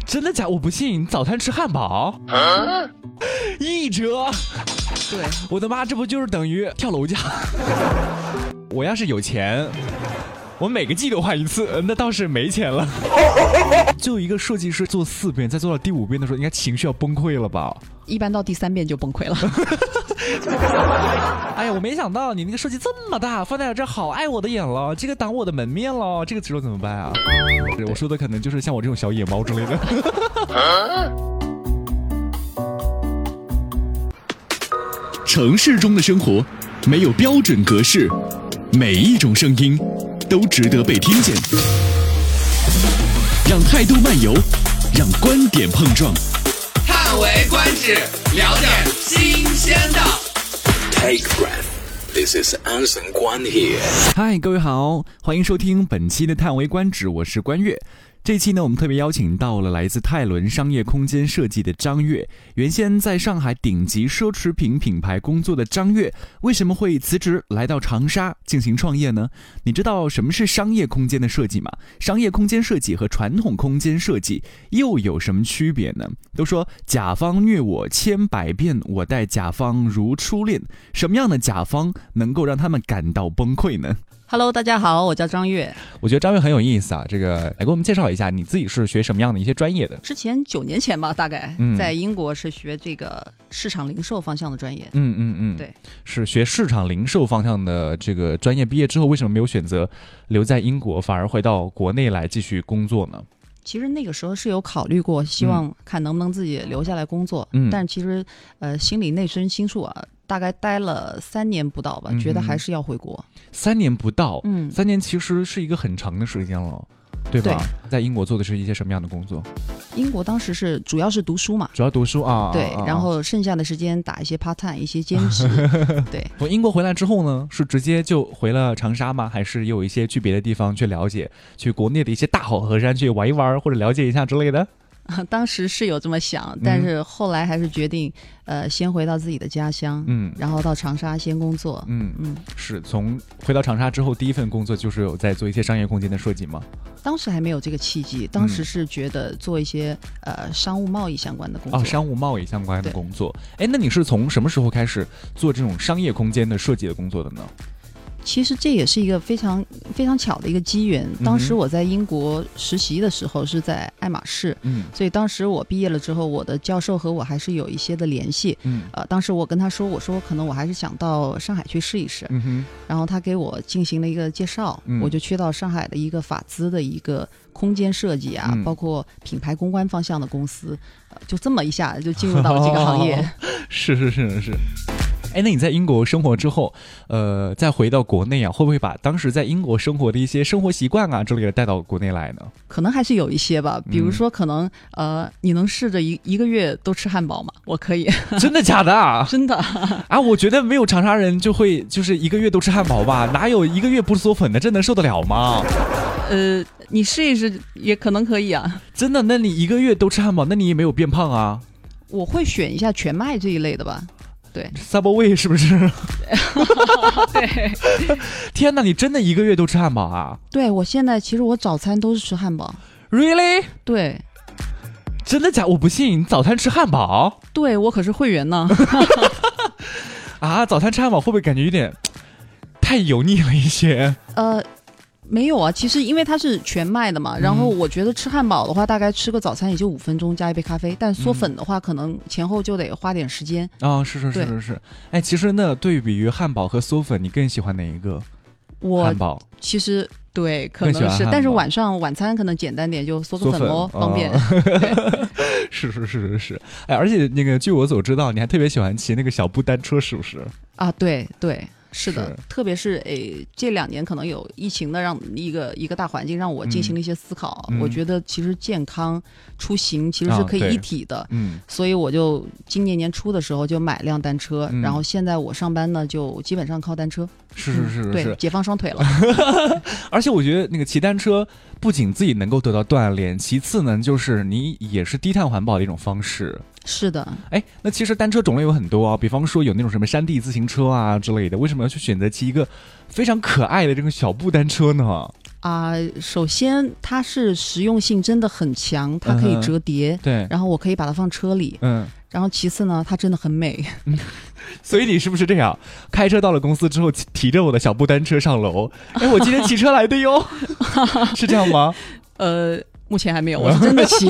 真的假？我不信，你早餐吃汉堡，1折。 对， 我的妈，这不就是等于跳楼价？我要是有钱，我每个季度换一次，那倒是没钱了。就一个设计师做4遍，再做到第5遍的时候，应该情绪要崩溃了吧？ 一般到第3遍就崩溃了。 哎呀，我没想到你那个设计这么大，放在这好碍我的眼了，这个挡我的门面了，这个时候怎么办啊？我说的可能就是像我这种小野猫之类的。 城市中的生活没有标准格式，每一种声音都值得被听见。让态度漫游，让观点碰撞， 叹为观止，聊点新鲜的。 Take breath. This is Anson Guan here. 嗨，各位好，欢迎收听本期的叹为观止，我是关悦。这期呢，我们特别邀请到了来自泰伦商业空间设计的张悦。原先在上海顶级奢侈品品牌工作的张悦，为什么会辞职来到长沙进行创业呢？你知道什么是商业空间的设计吗？商业空间设计和传统空间设计又有什么区别呢？都说甲方虐我千百遍，我待甲方如初恋。什么样的甲方能够让他们感到崩溃呢 Hello， 大家好，我叫张悦。 我觉得张悦很有意思啊，这个来给我们介绍一下你自己是学什么样的一些专业的？ 之前9年前吧，大概、在英国是学这个市场零售方向的专业。对， 是学市场零售方向的这个专业。毕业之后为什么没有选择留在英国，反而回到国内来继续工作呢？ 其实那个时候是有考虑过，希望看能不能自己留下来工作。但其实心里内心深处啊，大概待了3年不到吧，觉得还是要回国。 3年不到，3年其实是一个很长的时间了，对吧？对，在英国做的是一些什么样的工作？ 英国当时主要是读书嘛， 主要读书啊。 对，然后剩下的时间打一些 part time， 一些兼职。对， 从英国回来之后呢，是直接就回了长沙吗？还是有一些去别的地方去了解，去国内的一些大好河山去玩一玩，或者了解一下之类的？ 当时是有这么想，但是后来还是决定，先回到自己的家乡，然后到长沙先工作。 是从回到长沙之后，第一份工作就是有在做一些商业空间的设计吗？ 当时还没有这个契机，当时是觉得做一些商务贸易相关的工作。 商务贸易相关的工作。哎，那你是从什么时候开始做这种商业空间的设计的工作的呢？ 其实这也是一个非常非常巧的一个机缘。当时我在英国实习的时候是在爱马仕，所以当时我毕业了之后，我的教授和我还是有一些的联系。当时我跟他说，我说可能我还是想到上海去试一试。然后他给我进行了一个介绍，我就去到上海的一个法资的一个空间设计啊，包括品牌公关方向的公司，就这么一下就进入到了这个行业。 是。哎，那你在英国生活之后，再回到国内啊，会不会把当时在英国生活的一些生活习惯啊之类的带到国内来呢？ 可能还是有一些吧，比如说可能你能试着一个月都吃汉堡吗？我可以。 真的假的啊？ 真的啊！我觉得没有长沙人就是1个月都吃汉堡吧？哪有1个月不嗦粉的？这能受得了吗？ 你试一试也可能可以啊。真的？那你1个月都吃汉堡，那你也没有变胖啊？ 我会选一下全麦这一类的吧。对 ，Subway 是不是？ 对， 天哪，你真的1个月都吃汉堡啊？ 对，我现在其实我早餐都是吃汉堡。 Really？ 对， 真的假？我不信，你早餐吃汉堡？ 对，我可是会员呢。 啊，早餐吃汉堡会不会感觉有点太油腻了一些？ 没有啊，其实因为它是全麦的嘛，然后我觉得吃汉堡的话，大概吃个早餐也就5分钟加一杯咖啡，但嗦粉的话，可能前后就得花点时间。 是。哎，其实呢，对比于汉堡和嗦粉，你更喜欢哪一个？汉堡。 其实对，可能是，但是晚餐可能简单点，就嗦个粉咯，方便。 是。哎，而且那个据我所知道，你还特别喜欢骑那个小步单车，是不是？ 啊，对。是的，特别是这2年可能有疫情的让一个大环境让我进行了一些思考。我觉得其实健康出行其实是可以一体的，所以我就今年年初的时候就买辆单车，然后现在我上班呢就基本上靠单车。 是， 对，解放双腿了。 而且我觉得那个骑单车不仅自己能够得到锻炼，其次呢就是你也是低碳环保的一种方式。 是的。 哎，那其实单车种类有很多啊，比方说有那种什么山地自行车啊之类的，为什么要去选择骑一个非常可爱的这个小步单车呢？ 首先它是实用性真的很强，它可以折叠， 对， 然后我可以把它放车里，然后其次呢，它真的很美。 所以你是不是这样？开车到了公司之后，提着我的小布单车上楼，哎，我今天骑车来的哟，是这样吗？ 目前还没有，我是真的骑。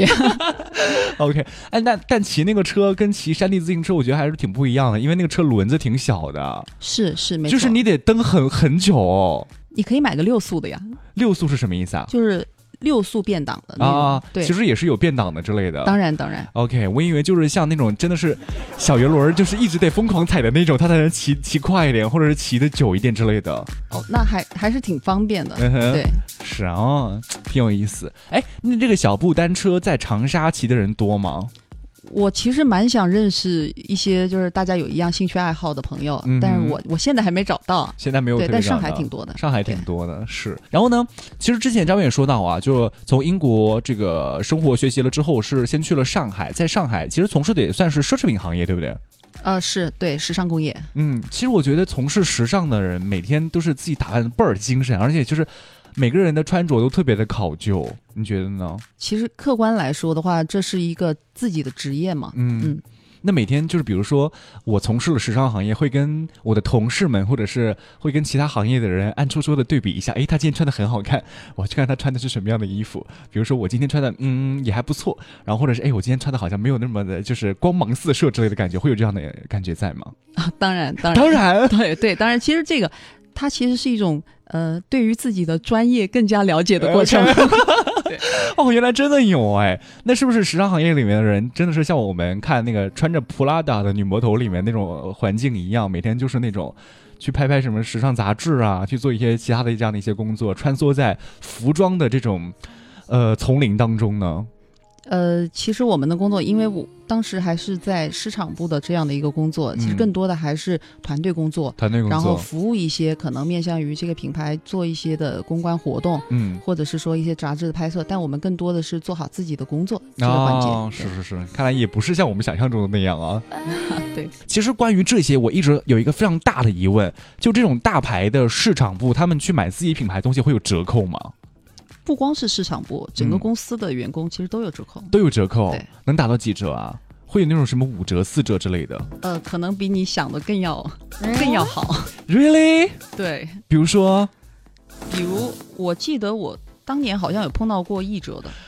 OK， 哎，但骑那个车跟骑山地自行车，我觉得还是挺不一样的，因为那个车轮子挺小的。 是没错， 就是你得蹬很久哦。 你可以买个6速的呀。 6速是什么意思啊？ 就是6速变档的啊，对， 其实也是有变档的之类的。 当然。 OK， 我以为就是像那种真的是小圆轮，就是一直得疯狂踩的那种，它才能骑快一点，或者是骑得久一点之类的。 哦，那还是挺方便的。对， 是啊，挺有意思。哎，那这个小布单车在长沙骑的人多吗？ 我其实蛮想认识一些就是大家有一样兴趣爱好的朋友，但是我现在还没找到。 现在没有， 对，但上海挺多的。 上海挺多的，是。然后呢，其实之前张伟也说到啊，就从英国这个生活学习了之后，是先去了上海，在上海其实从事的也算是奢侈品行业，对不对？ 是对，时尚工业。 其实我觉得从事时尚的人每天都是自己打扮的倍儿精神，而且就是每个人的穿着都特别的考究，你觉得呢？ 其实客观来说的话，这是一个自己的职业嘛。 那每天就是比如说我从事了时尚行业，会跟我的同事们或者是会跟其他行业的人暗戳戳的对比一下，哎，他今天穿的很好看，我去看他穿的是什么样的衣服。比如说我今天穿的也还不错，然后或者是我今天穿的好像没有那么的就是光芒四射之类的感觉，会有这样的感觉在吗？ 当然对，当然其实这个它其实是一种对于自己的专业更加了解的过程。 哦，原来真的有哎！那是不是时尚行业里面的人真的是像我们看那个穿着普拉达的女魔头里面那种环境一样，每天就是那种去拍什么时尚杂志啊，去做一些其他的这样的一些工作，穿梭在服装的这种丛林当中呢？ 其实我们的工作，因为我当时还是在市场部的这样的一个工作，其实更多的还是团队工作，然后服务一些可能面向于这个品牌做一些的公关活动，或者是说一些杂志的拍摄，但我们更多的是做好自己的工作这个环节。 是，看来也不是像我们想象中的那样啊。 对， 其实关于这些，我一直有一个非常大的疑问，就这种大牌的市场部，他们去买自己品牌东西会有折扣吗？ 不光是市场部，整个公司的员工其实都有折扣。 都有折扣？ 对， 能打到几折啊？会有那种什么5折、4折之类的？ 可能比你想的更要好。 Really？ 对。 比如我记得我当年好像有碰到过1折的。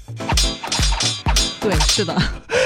对，是的。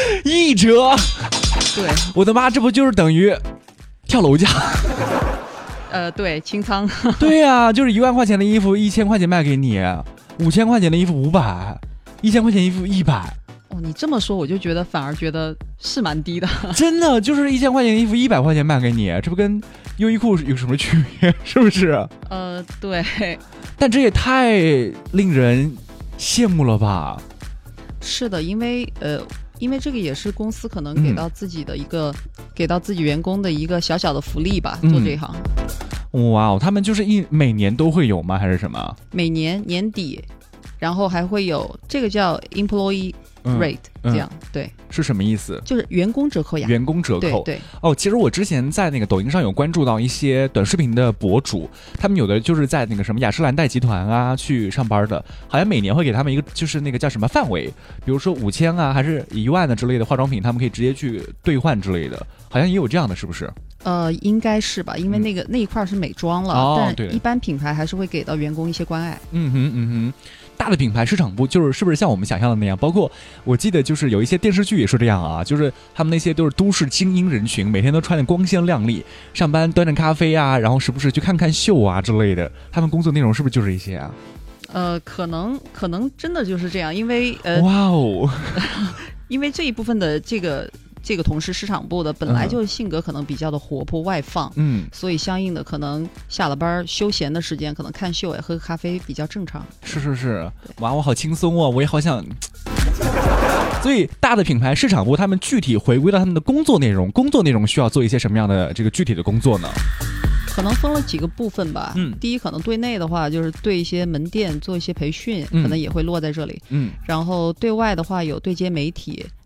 1折？ 对。 我的妈，这不就是等于跳楼价？ 对，清仓。 对呀，就是1万块钱的衣服1000块钱卖给你，5000块钱的衣服500，1000块钱衣服100。 哦，你这么说我就反而觉得是蛮低的。 真的，就是1000块钱的衣服100块钱卖给你，这不跟优衣库有什么区别？是不是？ 对。 但这也太令人羡慕了吧？ 是的，因为这个也是公司可能给到自己的给到自己员工的一个小小的福利吧，做这一行。 哇哦，他们就是每年都会有吗？还是什么？ 每年年底，然后还会有这个叫 employee rate，这样。对， 是什么意思？ 就是员工折扣呀。 员工折扣。 对。 哦，其实我之前在那个抖音上有关注到一些短视频的博主，他们有的就是在那个什么雅诗兰黛集团啊去上班的，好像每年会给他们一个就是那个叫什么范围，比如说5000啊还是1万的之类的化妆品，他们可以直接去兑换之类的，好像也有这样的，是不是？ 应该是吧，因为那一块是美妆了，但一般品牌还是会给到员工一些关爱。 大的品牌市场部是不是像我们想象的那样？包括我记得就是有一些电视剧也是这样啊，就是他们那些都是都市精英人群，每天都穿得光鲜亮丽，上班端着咖啡啊，然后时不时去看看秀啊之类的。他们工作内容是不是就是一些啊？ 可能真的就是这样，因为哇哦， 因为这一部分的这个同事市场部的本来就性格可能比较的活泼外放，所以相应的可能下了班休闲的时间可能看秀喝咖啡比较正常。 是，哇，我好轻松哦，我也好想。所以大的品牌市场部他们具体回归到他们的工作内容需要做一些什么样的这个具体的工作呢？ 可能分了几个部分吧。第一，可能对内的话就是对一些门店做一些培训，可能也会落在这里。然后对外的话有对接媒体，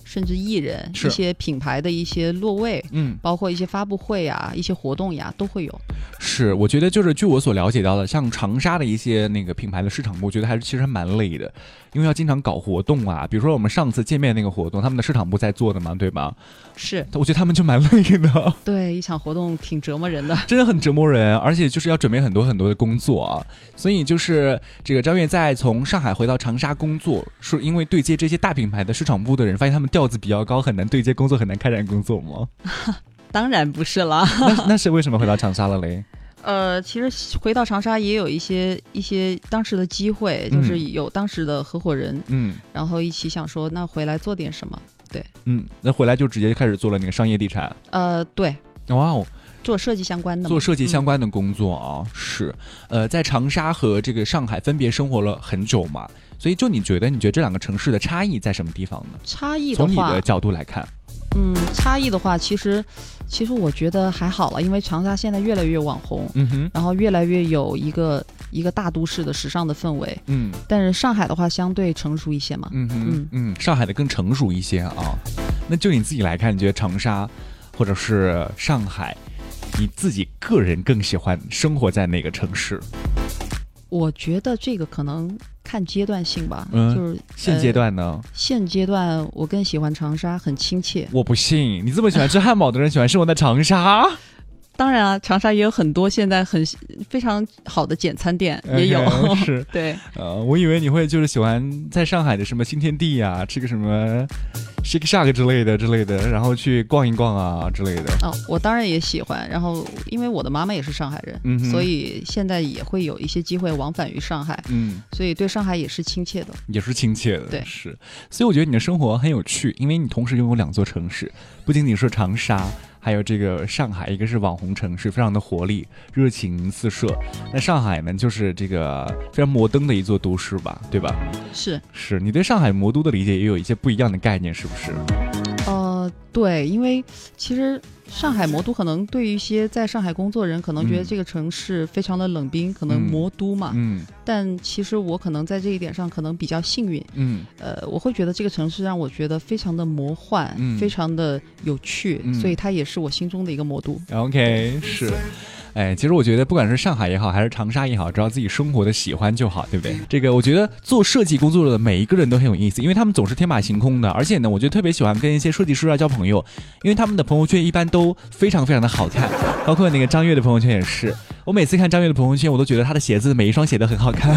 甚至艺人一些品牌的一些落位，包括一些发布会呀、一些活动呀都会有。 是，我觉得就是据我所了解到的，像长沙的一些那个品牌的市场部，我觉得还是其实还蛮累的，因为要经常搞活动啊，比如说我们上次见面那个活动，他们的市场部在做的嘛，对吧？ 是， 我觉得他们就蛮累的。 对，一场活动挺折磨人的， 真的很折磨人，而且就是要准备很多很多的工作啊。所以就是这个张悦在从上海回到长沙工作，是因为对接这些大品牌的市场部的人，发现他们调子比较高，很难对接工作，很难开展工作吗？ 当然不是了。 那是为什么回到长沙了嘞？ 其实回到长沙也有一些当时的机会，就是有当时的合伙人，然后一起想说，那回来做点什么？对， 那回来就直接开始做了那个商业地产。 对， 哇哦， 做设计相关的， 做设计相关的工作啊，是，在长沙和这个上海分别生活了很久嘛，所以就你觉得这两个城市的差异在什么地方呢？ 差异的话， 从你的角度来看。 差异的话，其实我觉得还好了，因为长沙现在越来越网红，然后越来越有一个大都市的时尚的氛围，但是上海的话相对成熟一些嘛， 上海的更成熟一些啊。那就你自己来看，你觉得长沙或者是上海，你自己个人更喜欢生活在哪个城市？ 我觉得这个可能看阶段性吧，就是现阶段呢？ 现阶段我更喜欢长沙，很亲切。 我不信，你这么喜欢吃汉堡的人，喜欢生活在长沙？ 当然啊，长沙也有很多现在非常好的简餐店，也有。 是， 对。 我以为你会就是喜欢在上海的什么新天地啊，吃个什么 Shake Shack 之类的，然后去逛一逛啊之类的。 我当然也喜欢。然后因为我的妈妈也是上海人，所以现在也会有一些机会往返于上海，所以对上海也是亲切的。 也是亲切的， 对， 是。所以我觉得你的生活很有趣，因为你同时拥有两座城市，不仅仅是长沙，还有这个上海，一个是网红城市，非常的活力，热情四射。那上海呢，就是这个非常摩登的一座都市吧，对吧？ 是， 你对上海魔都的理解也有一些不一样的概念，是不是？ 对，因为其实上海魔都可能对于一些在上海工作人可能觉得这个城市非常的冷冰，可能魔都嘛，但其实我可能在这一点上可能比较幸运，我会觉得这个城市让我觉得非常的魔幻，非常的有趣，所以它也是我心中的一个魔都。 OK， 是。其实我觉得不管是上海也好，还是长沙也好，只要自己生活的喜欢就好，对不对？这个我觉得做设计工作的每一个人都很有意思，因为他们总是天马行空的，而且呢，我就特别喜欢跟一些设计师交朋友，因为他们的朋友圈一般都非常非常的好看，包括那个张悦的朋友圈也是。我每次看张悦的朋友圈，我都觉得他的鞋子每一双鞋都很好看。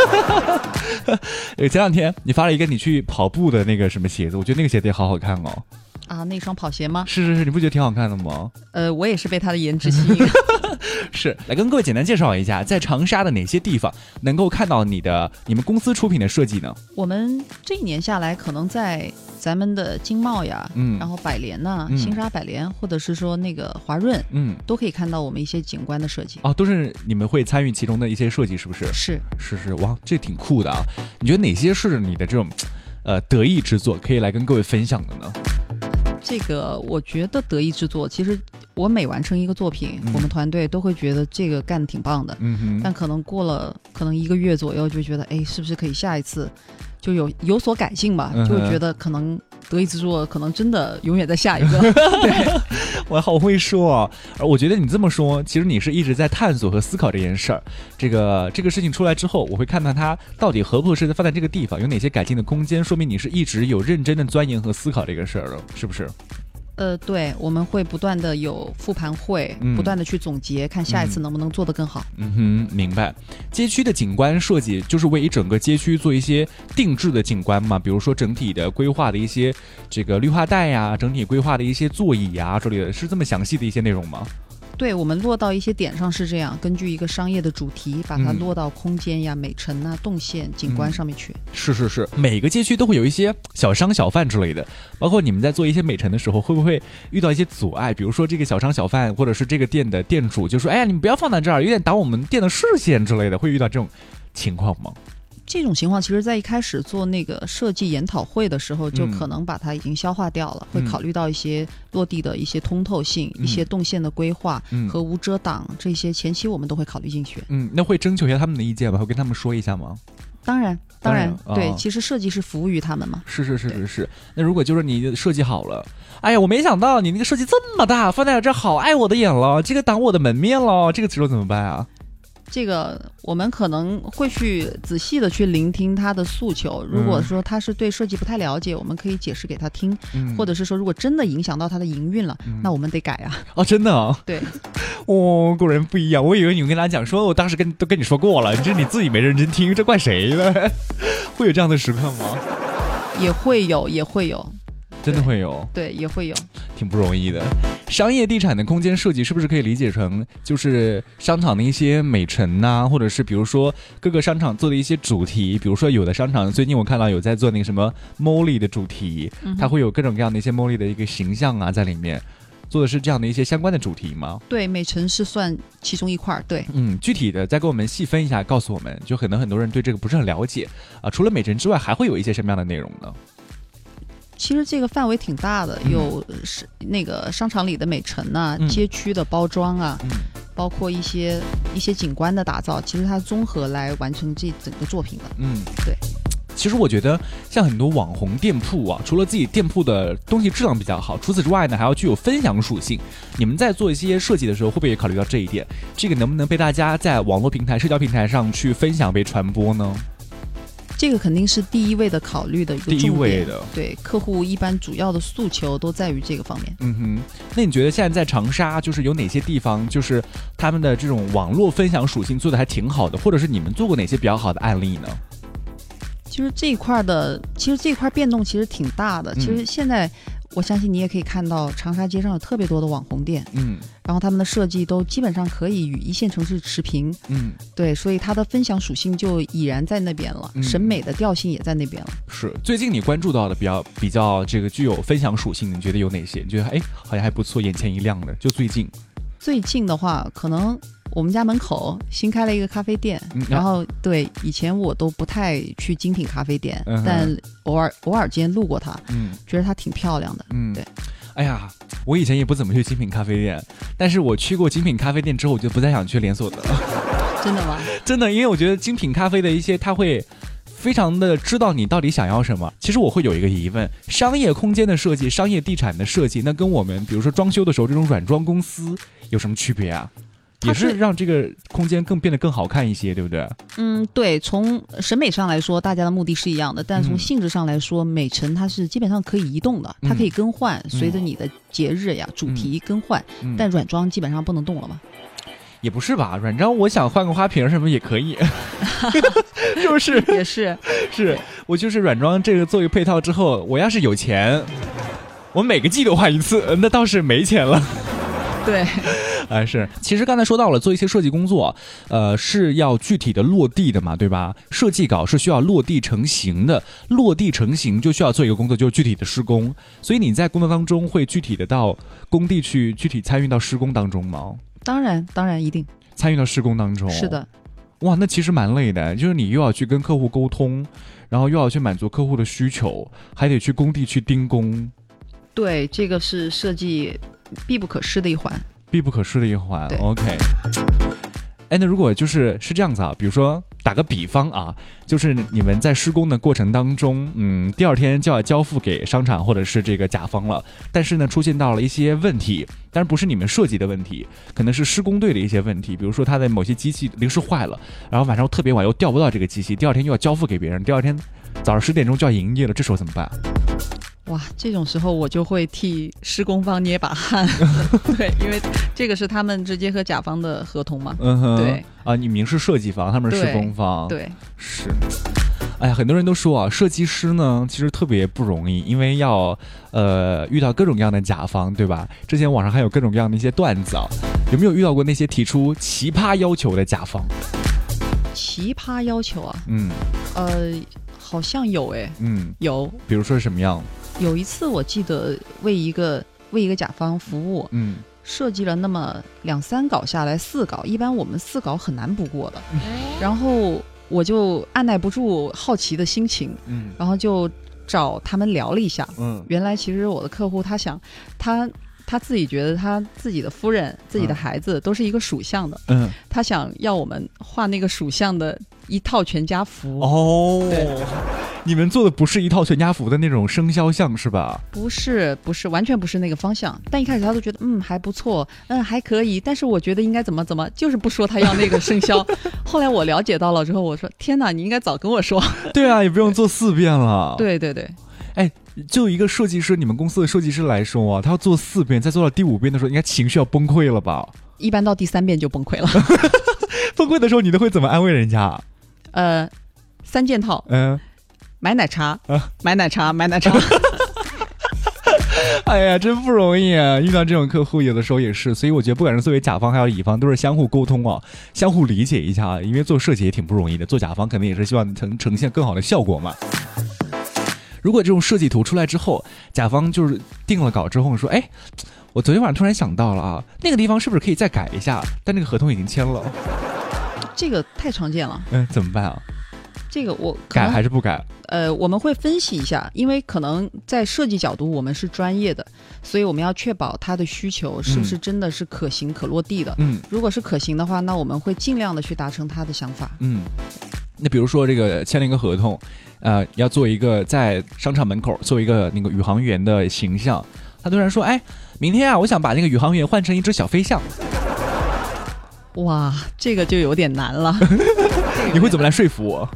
前两天你发了一个你去跑步的那个什么鞋子，我觉得那个鞋子也好好看哦。 那双跑鞋吗？ 是，你不觉得挺好看的吗？ 我也是被他的颜值吸引。 是，来跟各位简单介绍一下，在长沙的哪些地方能够看到你们公司出品的设计呢？ 我们这一年下来，可能在咱们的经贸呀，然后百联呐，新沙百联，或者是说那个华润，都可以看到我们一些景观的设计。 都是你们会参与其中的一些设计，是不是？ 是， 哇，这挺酷的啊！你觉得哪些是你的这种得意之作，可以来跟各位分享的呢？ 这个我觉得得意之作，其实我每完成一个作品，我们团队都会觉得这个干得挺棒的，但可能过了1个月左右，就觉得是不是可以下一次就有所改进吧，就觉得可能得意之作可能真的永远在下一个。对， 我好会说啊！我觉得你这么说，其实你是一直在探索和思考这件事儿。这个事情出来之后，我会看到它到底合不合适的放在这个地方，有哪些改进的空间，说明你是一直有认真的钻研和思考这个事儿的，是不是？ 对，我们会不断的有复盘会，不断的去总结，看下一次能不能做得更好。 明白。街区的景观设计就是为一整个街区做一些定制的景观嘛，比如说整体的规划的一些这个绿化带呀，整体规划的一些座椅呀之类的，是这么详细的一些内容吗？ 对，我们落到一些点上是这样，根据一个商业的主题，把它落到空间呀、美陈啊、动线、景观上面去。 是，每个街区都会有一些小商小贩之类的，包括你们在做一些美陈的时候，会不会遇到一些阻碍？比如说这个小商小贩或者是这个店的店主就说：“哎呀，你们不要放在这儿，有点挡我们店的视线之类的。”会遇到这种情况吗？ 这种情况其实在一开始做那个设计研讨会的时候，就可能把它已经消化掉了，会考虑到一些落地的一些通透性、一些动线的规划和无遮挡，这些前期我们都会考虑进去。 那会征求一下他们的意见吗？会跟他们说一下吗？ 当然，对，其实设计是服务于他们嘛。 是。那如果就是你设计好了，哎呀，我没想到你那个设计这么大，放在这好碍我的眼了，这个挡我的门面了，这个时候怎么办啊？ 这个我们可能会去仔细的去聆听他的诉求，如果说他是对设计不太了解，我们可以解释给他听，或者是说如果真的影响到他的营运了，那我们得改啊。 哦，真的啊？ 对。 哦，果然不一样，我以为你们跟他讲说我当时都跟你说过了，这你自己没认真听，这怪谁呢？会有这样的时刻吗？ 也会有真的会有， 对，也会有， 挺不容易的。商业地产的空间设计是不是可以理解成就是商场的一些美陈呐，或者是比如说各个商场做的一些主题，比如说有的商场最近我看到有在做那个什么 Molly 的主题，它会有各种各样的一些 Molly 的一个形象啊在里面，做的是这样的一些相关的主题吗？ 对，美陈是算其中一块，对。 具体的再给我们细分一下，告诉我们，就可能很多人对这个不是很了解啊。除了美陈之外，还会有一些什么样的内容呢？ 其实这个范围挺大的，有那个商场里的美陈啊，街区的包装啊，包括一些景观的打造，其实它综合来完成这整个作品的。对。 其实我觉得像很多网红店铺啊，除了自己店铺的东西质量比较好，除此之外呢，还要具有分享属性。你们在做一些设计的时候，会不会也考虑到这一点？这个能不能被大家在网络平台、社交平台上去分享、被传播呢？ 这个肯定是第一位的考虑的一个重点， 第一位的， 对，客户一般主要的诉求都在于这个方面。 那你觉得现在在长沙就是有哪些地方就是他们的这种网络分享属性做的还挺好的，或者是你们做过哪些比较好的案例呢？ 其实这一块变动其实挺大的。其实现在我相信你也可以看到长沙街上有特别多的网红店，然后他们的设计都基本上可以与一线城市持平，对，所以它的分享属性就已然在那边了，审美的调性也在那边了。 是，最近你关注到的比较这个具有分享属性，你觉得有哪些？你觉得好像还不错，眼前一亮的，就最近的话，可能我们家门口新开了一个咖啡店，然后对，以前我都不太去精品咖啡店，但偶尔间路过它，觉得它挺漂亮的，对。 哎呀，我以前也不怎么去精品咖啡店，但是我去过精品咖啡店之后，我就不再想去连锁的了。 真的吗？ 真的，因为我觉得精品咖啡的一些，它会非常的知道你到底想要什么。其实我会有一个疑问，商业空间的设计、商业地产的设计，那跟我们比如说装修的时候这种软装公司有什么区别啊？也是让这个空间变得更好看一些，对不对？ 对，从审美上来说，大家的目的是一样的，但从性质上来说，美陈它是基本上可以移动的，它可以更换，随着你的节日呀、主题更换，但软装基本上不能动了吧？ 也不是吧，软装我想换个花瓶什么也可以，是不是？ 也是， 是我就是软装这个做一个配套之后，我要是有钱，我每个季度换一次，那倒是没钱了。 对， 是。其实刚才说到了，做一些设计工作，是要具体的落地的嘛，对吧？设计稿是需要落地成型的，落地成型就需要做一个工作，就是具体的施工。所以你在工作当中会具体的到工地去，具体参与到施工当中吗？ 当然一定参与到施工当中。 是的。 哇，那其实蛮累的，就是你又要去跟客户沟通，然后又要去满足客户的需求，还得去工地去盯工。 对，这个是设计必不可失的一环。 OK。那如果是这样子啊，比如说打个比方啊，就是你们在施工的过程当中，第二天就要交付给商场或者是这个甲方了，但是呢出现到了一些问题，当然不是你们设计的问题，可能是施工队的一些问题，比如说他的某些机器临时坏了，然后晚上特别晚又调不到这个机器，第二天又要交付给别人，第二天早上10点钟就要营业了，这时候怎么办？ 哇，这种时候我就会替施工方捏把汗，对，因为这个是他们直接和甲方的合同嘛。对啊，你们是设计方，他们是施工方， 对， 是。哎呀，很多人都说啊，设计师呢其实特别不容易，因为要遇到各种各样的甲方，对吧？之前网上还有各种各样的一些段子啊，有没有遇到过那些提出奇葩要求的甲方？ 奇葩要求啊？好像有有。 比如说什么样？ 有一次我记得为一个甲方服务，设计了那么2-3稿下来，4稿，一般我们4稿很难不过的。然后我就按耐不住好奇的心情，然后就找他们聊了一下。原来其实我的客户他他自己觉得他自己的夫人、自己的孩子都是一个属相的，他想要我们画那个属相的一套全家福。 哦，你们做的不是一套全家福的那种生肖像是吧？ 不是，完全不是那个方向。但一开始他都觉得还不错，还可以，但是我觉得应该怎么，就是不说他要那个生肖。后来我了解到了之后，我说天哪，你应该早跟我说。对啊，也不用做4遍了。 对。 哎，就一个设计师，你们公司的设计师来说啊，他要做4遍，再做到第5遍的时候，应该情绪要崩溃了吧？ 一般到第3遍就崩溃了。 崩溃的时候，你都会怎么安慰人家 ？3件套，买奶茶，买奶茶。 哎呀，真不容易啊！遇到这种客户，有的时候也是，所以我觉得不管是作为甲方还有乙方，都是相互沟通啊，相互理解一下啊，因为做设计也挺不容易的，做甲方肯定也是希望呈现更好的效果嘛。如果这种设计图出来之后，甲方就是定了稿之后说，哎，我昨天晚上突然想到了啊，那个地方是不是可以再改一下？但那个合同已经签了。 这个太常见了。 怎么办啊？ 这个我改还是不改？ 我们会分析一下，因为可能在设计角度我们是专业的，所以我们要确保他的需求是不是真的是可行可落地的。如果是可行的话，那我们会尽量的去达成他的想法。 那比如说这个签了一个合同，要做一个在商场门口做一个那个宇航员的形象，他突然说，哎，明天啊，我想把那个宇航员换成一只小飞象。 哇，这个就有点难了。 你会怎么来说服我？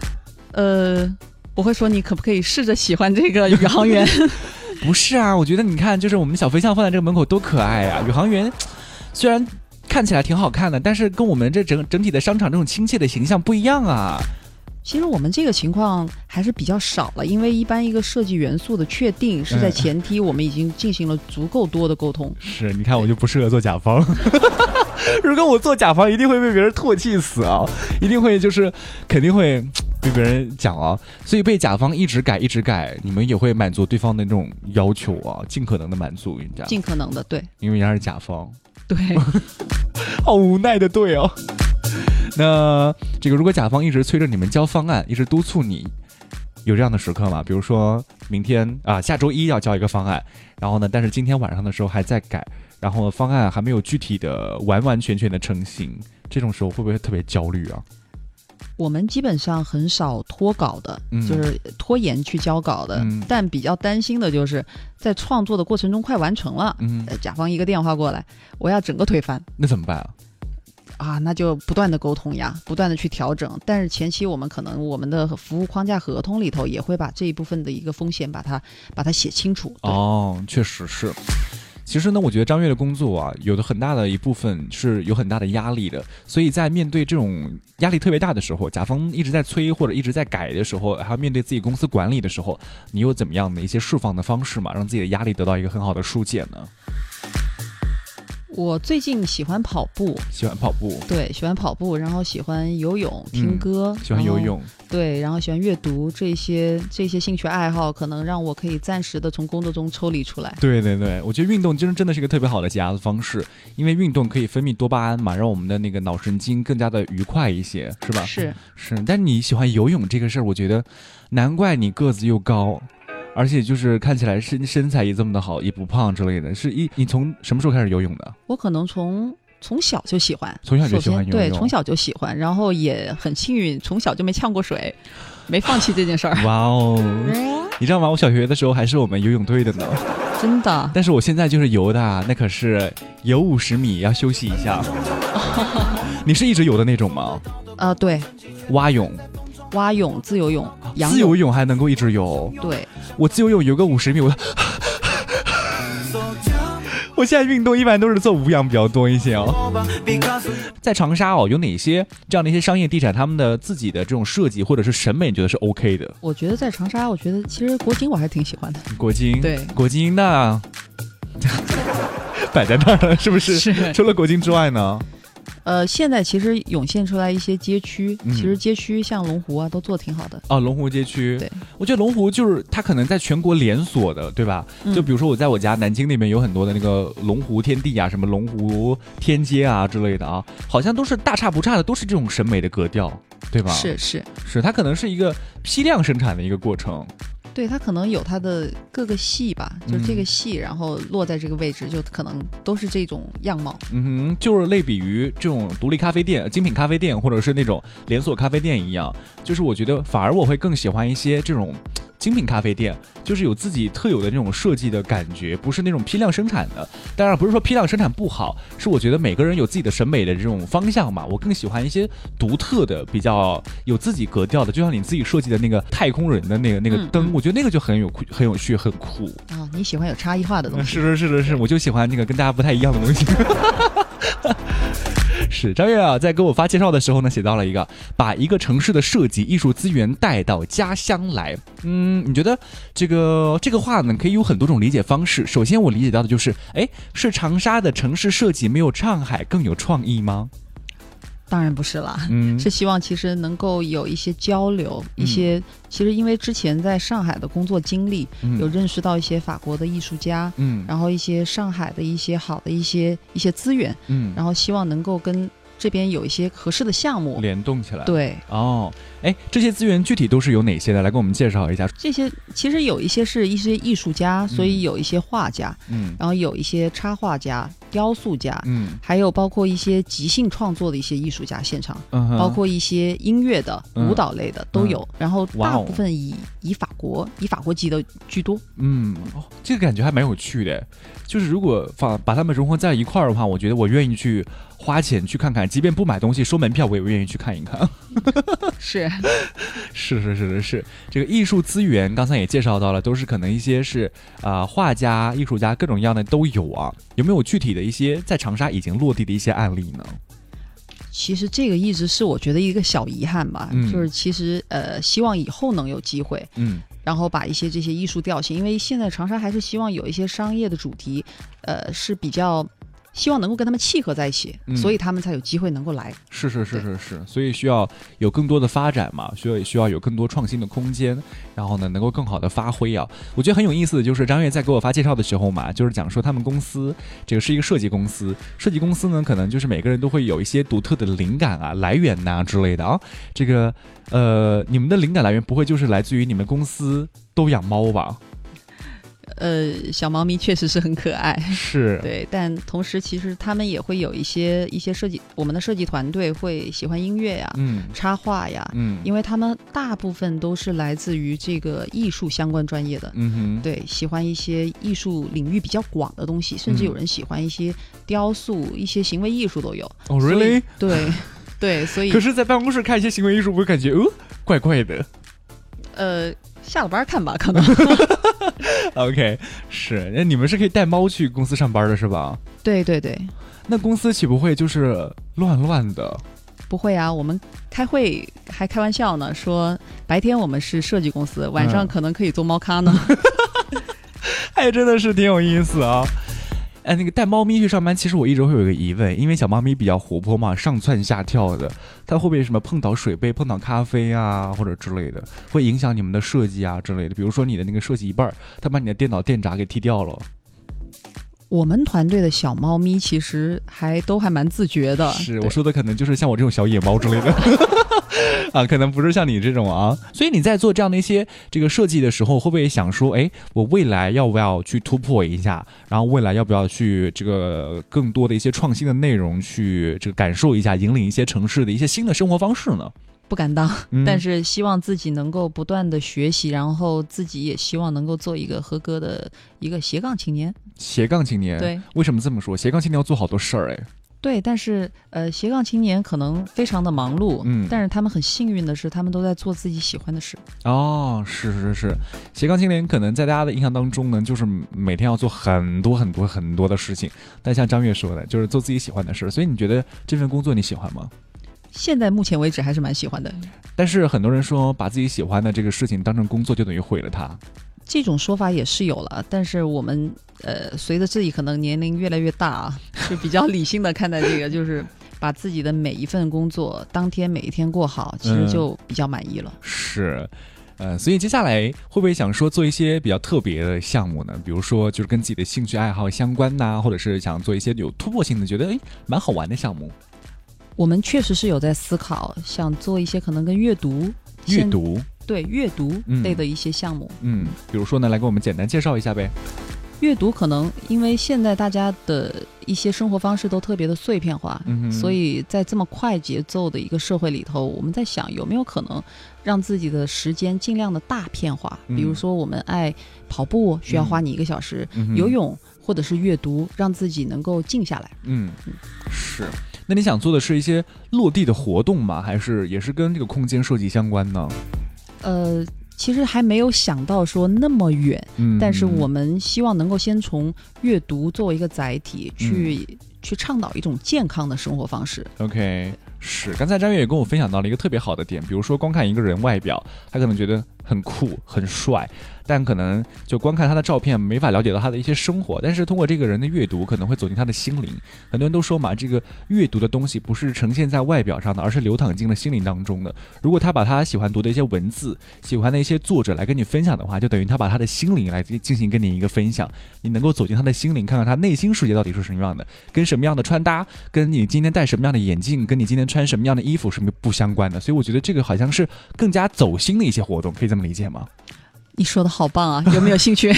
我会说你可不可以试着喜欢这个宇航员？ 不是啊，我觉得你看，就是我们小飞象放在这个门口多可爱啊！宇航员虽然看起来挺好看的，但是跟我们这整体的商场这种亲切的形象不一样啊。 其实我们这个情况还是比较少了，因为一般一个设计元素的确定是在前提我们已经进行了足够多的沟通。 是，你看我就不适合做甲方。如果我做甲方，一定会被别人唾弃死啊！一定会肯定会被别人讲啊。所以被甲方一直改，你们也会满足对方的那种要求啊，尽可能的满足人家。 尽可能的，对， 因为人家是甲方。 对。 好无奈的对哦。那这个如果甲方一直催着你们交方案，一直督促你，有这样的时刻吗？比如说明天下周一要交一个方案，然后呢，但是今天晚上的时候还在改，然后方案还没有具体的完全的成型，这种时候会不会特别焦虑啊？ 我们基本上很少脱稿的，就是拖延去交稿的，但比较担心的就是在创作的过程中快完成了，甲方一个电话过来，我要整个推翻，那怎么办啊？ 那就不断的沟通呀，不断的去调整。但是前期我们可能我们的服务框架合同里头也会把这一部分的一个风险把它写清楚。 确实是。其实呢，我觉得张悦的工作啊，有的很大的一部分是有很大的压力的，所以在面对这种压力特别大的时候，甲方一直在催或者一直在改的时候，还要面对自己公司管理的时候，你有怎么样的一些释放的方式嘛，让自己的压力得到一个很好的疏解呢？ 我最近喜欢跑步，对，喜欢跑步，然后喜欢游泳、听歌， 喜欢游泳， 对，然后喜欢阅读，这些兴趣爱好可能让我可以暂时的从工作中抽离出来。 对，我觉得运动真的是一个特别好的解压的方式，因为运动可以分泌多巴胺嘛，让我们的那个脑神经更加的愉快一些，是吧？ 是， 但你喜欢游泳这个事儿，我觉得难怪你个子又高。而且就是看起来身材也这么的好，也不胖之类的。你从什么时候开始游泳的？ 我可能从小就喜欢， 从小就喜欢游泳。 对，从小就喜欢，然后也很幸运，从小就没呛过水，没放弃这件事儿。 哇哦，你知道吗？我小学的时候还是我们游泳队的呢。 真的？ 但是我现在就是游的，那可是游50米要休息一下。你是一直游的那种吗？ 对。 蛙泳、 自由泳、 自由泳还能够一直游。 对， 我自由泳游个50米，我现在运动一般都是做无氧比较多一些哦。在长沙有哪些这样的一些商业地产，他们的自己的这种设计或者是审美，你觉得是 OK 的？ 我觉得在长沙，其实国金我还是挺喜欢的。 国金， 对， 国金那摆在那儿了，是不是？ 是。 除了国金之外呢？ 现在其实涌现出来一些街区，其实街区像龙湖啊都做得挺好的。 龙湖街区， 对， 我觉得龙湖就是它可能在全国连锁的，对吧？就比如说我在我家南京那边有很多的那个龙湖天地啊，什么龙湖天街啊之类的啊，好像都是大差不差的，都是这种审美的格调，对吧？ 是， 它可能是一个批量生产的一个过程。 对，它可能有它的各个系吧，就是这个系，然后落在这个位置，就可能都是这种样貌。 就是类比于这种独立咖啡店、精品咖啡店，或者是那种连锁咖啡店一样。就是我觉得反而我会更喜欢一些这种精品咖啡店，就是有自己特有的那种设计的感觉，不是那种批量生产的。当然不是说批量生产不好，是我觉得每个人有自己的审美的这种方向嘛。我更喜欢一些独特的、比较有自己格调的，就像你自己设计的那个太空人的那个灯，我觉得那个就很有趣、很酷啊。你喜欢有差异化的东西？ 是，我就喜欢那个跟大家不太一样的东西。是张悦啊，在给我发介绍的时候呢，写到了一个把一个城市的设计艺术资源带到家乡来。你觉得这个话呢，可以有很多种理解方式。首先我理解到的就是，是长沙的城市设计没有上海更有创意吗？ 当然不是啦，是希望其实能够有一些交流，一些其实因为之前在上海的工作经历，有认识到一些法国的艺术家，然后一些上海的一些好的一些资源，然后希望能够跟这边有一些合适的项目联动起来。 对， 这些资源具体都是有哪些的？来给我们介绍一下。 这些其实有一些是一些艺术家，所以有一些画家，然后有一些插画家、雕塑家，还有包括一些即兴创作的一些艺术家现场，包括一些音乐的、舞蹈类的都有。然后大部分以法国籍的居多。 这个感觉还蛮有趣的。就是如果把他们融合在一块儿的话，我觉得我愿意去花钱去看看，即便不买东西收门票，我也愿意去看一看。 是。 这个艺术资源刚才也介绍到了，都是可能一些是画家、艺术家各种样的都有啊。有没有具体的一些在长沙已经落地的一些案例呢？ 其实这个一直是我觉得一个小遗憾吧，就是其实希望以后能有机会，然后把一些这些艺术调性，因为现在长沙还是希望有一些商业的主题，是比较希望能够跟他们契合在一起，所以他们才有机会能够来。 是，所以需要有更多的发展嘛，需要有更多创新的空间，然后呢能够更好的发挥啊。我觉得很有意思的就是张悦在给我发介绍的时候嘛，就是讲说他们公司这个是一个设计公司呢，可能就是每个人都会有一些独特的灵感啊、来源呐之类的啊。这个你们的灵感来源不会就是来自于你们公司都养猫吧？ 小猫咪确实是很可爱， 是对，但同时其实他们也会有一些设计，我们的设计团队会喜欢音乐呀、插画呀，因为他们大部分都是来自于这个艺术相关专业的，对，喜欢一些艺术领域比较广的东西，甚至有人喜欢一些雕塑、一些行为艺术都有。 Oh really？ 对，所以可是在办公室看一些行为艺术，我感觉怪怪的。 下了班看吧，可能。 OK， 是，那你们是可以带猫去公司上班的是吧？ 对。 那公司岂不会就是乱的？ 不会啊，我们开会还开玩笑呢，说白天我们是设计公司，晚上可能可以做猫咖呢。 真的是挺有意思啊。那个带猫咪去上班，其实我一直会有一个疑问，因为小猫咪比较活泼嘛，上蹿下跳的，它会不会什么碰到水杯、碰到咖啡啊，或者之类的，会影响你们的设计啊之类的？比如说你的那个设计一半，它把你的电脑电闸给踢掉了。 我们团队的小猫咪其实都还蛮自觉的。 是，我说的可能就是像我这种小野猫之类的。可能不是像你这种啊。所以你在做这样的一些这个设计的时候，会不会想说，我未来要不要去突破一下，然后未来要不要去这个更多的一些创新的内容去这个感受一下，引领一些城市的一些新的生活方式呢？ 不敢当，但是希望自己能够不断的学习，然后自己也希望能够做一个合格的一个斜杠青年。 斜杠青年，对，为什么这么说？斜杠青年要做好多事儿， 对，但是斜杠青年可能非常的忙碌，但是他们很幸运的是，他们都在做自己喜欢的事。 是，斜杠青年可能在大家的印象当中呢，就是每天要做很多的事情，但像张悦说的，就是做自己喜欢的事。所以你觉得这份工作你喜欢吗？ 现在目前为止还是蛮喜欢的， 但是很多人说把自己喜欢的这个事情当成工作就等于毁了它， 这种说法也是有了，但是我们随着自己可能年龄越来越大啊，就比较理性的看待这个，就是把自己的每一份工作当天每一天过好，其实就比较满意了。 是。所以接下来会不会想说做一些比较特别的项目呢？比如说就是跟自己的兴趣爱好相关呐，或者是想做一些有突破性的，觉得蛮好玩的项目。 我们确实是有在思考，想做一些可能跟阅读， 对，阅读类的一些项目。 比如说呢，来给我们简单介绍一下呗。 阅读可能因为现在大家的一些生活方式都特别的碎片化，所以在这么快节奏的一个社会里头，我们在想有没有可能让自己的时间尽量的大片化，比如说我们爱跑步需要花你1个小时，游泳或者是阅读，让自己能够静下来。 是。那你想做的是一些落地的活动吗？还是也是跟这个空间设计相关呢？ 其实还没有想到说那么远，但是我们希望能够先从阅读作为一个载体去倡导一种健康的生活方式。 OK， 是。刚才张悦也跟我分享到了一个特别好的点，比如说光看一个人外表，他可能觉得很酷很帅，但可能就光看他的照片没法了解到他的一些生活，但是通过这个人的阅读可能会走进他的心灵。很多人都说嘛，这个阅读的东西不是呈现在外表上的，而是流淌进了心灵当中的。如果他把他喜欢读的一些文字，喜欢的一些作者来跟你分享的话，就等于他把他的心灵来进行跟你一个分享，你能够走进他的心灵，看看他内心世界到底是什么样的，跟什么样的穿搭，跟你今天戴什么样的眼镜，跟你今天穿什么样的衣服是不相关的。所以我觉得这个好像是更加走心的一些活动，可以这么理解吗？ 你说的好棒啊，有没有兴趣？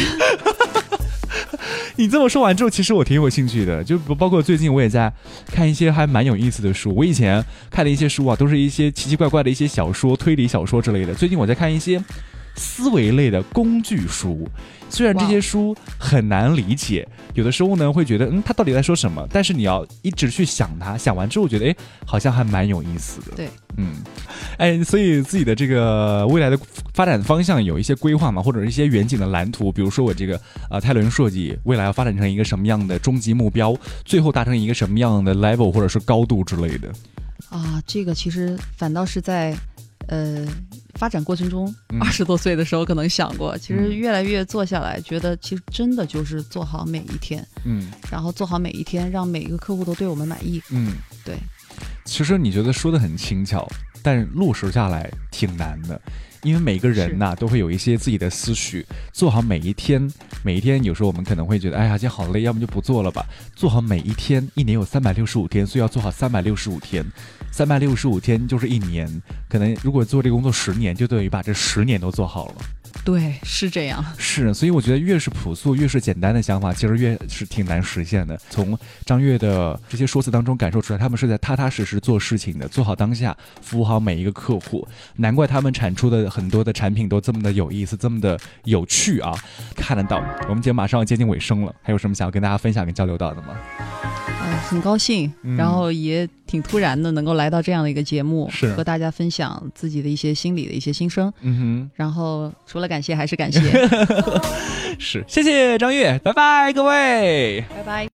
你这么说完之后，其实我挺有兴趣的，就包括最近我也在看一些还蛮有意思的书。我以前看的一些书啊，都是一些奇奇怪怪的一些小说、推理小说之类的。最近我在看一些思维类的工具书，虽然这些书很难理解，有的时候呢会觉得他到底在说什么，但是你要一直去想它，想完之后觉得好像还蛮有意思的。 对， 所以自己的这个未来的发展方向有一些规划嘛，或者是一些远景的蓝图，比如说我这个泰伦设计未来要发展成一个什么样的终极目标，最后达成一个什么样的 level 或者是高度之类的啊。这个其实反倒是在发展过程中20多岁的时候可能想过，其实越来越做下来，觉得其实真的就是做好每一天，然后做好每一天，让每一个客户都对我们满意。对。 其实你觉得说的很轻巧，但落实下来挺难的，因为每个人呐都会有一些自己的思绪，做好每一天，有时候我们可能会觉得，哎呀，今天好累，要么就不做了吧。做好每一天，一年有365天，所以要做好365天，365天就是1年。可能如果做这个工作10年，就等于把这10年都做好了。 对，是这样。 是，所以我觉得越是朴素越是简单的想法，其实越是挺难实现的。从张悦的这些说辞当中感受出来，他们是在踏踏实实做事情的，做好当下，服务好每一个客户。难怪他们产出的很多的产品都这么的有意思，这么的有趣啊！看得到。我们节目马上要接近尾声了，还有什么想要跟大家分享跟交流到的吗？ 很高兴，然后也挺突然的能够来到这样的一个节目， 是和大家分享自己的一些心理的一些心声。然后除了感谢还是感谢。 是，谢谢张悦，拜拜各位， 拜拜。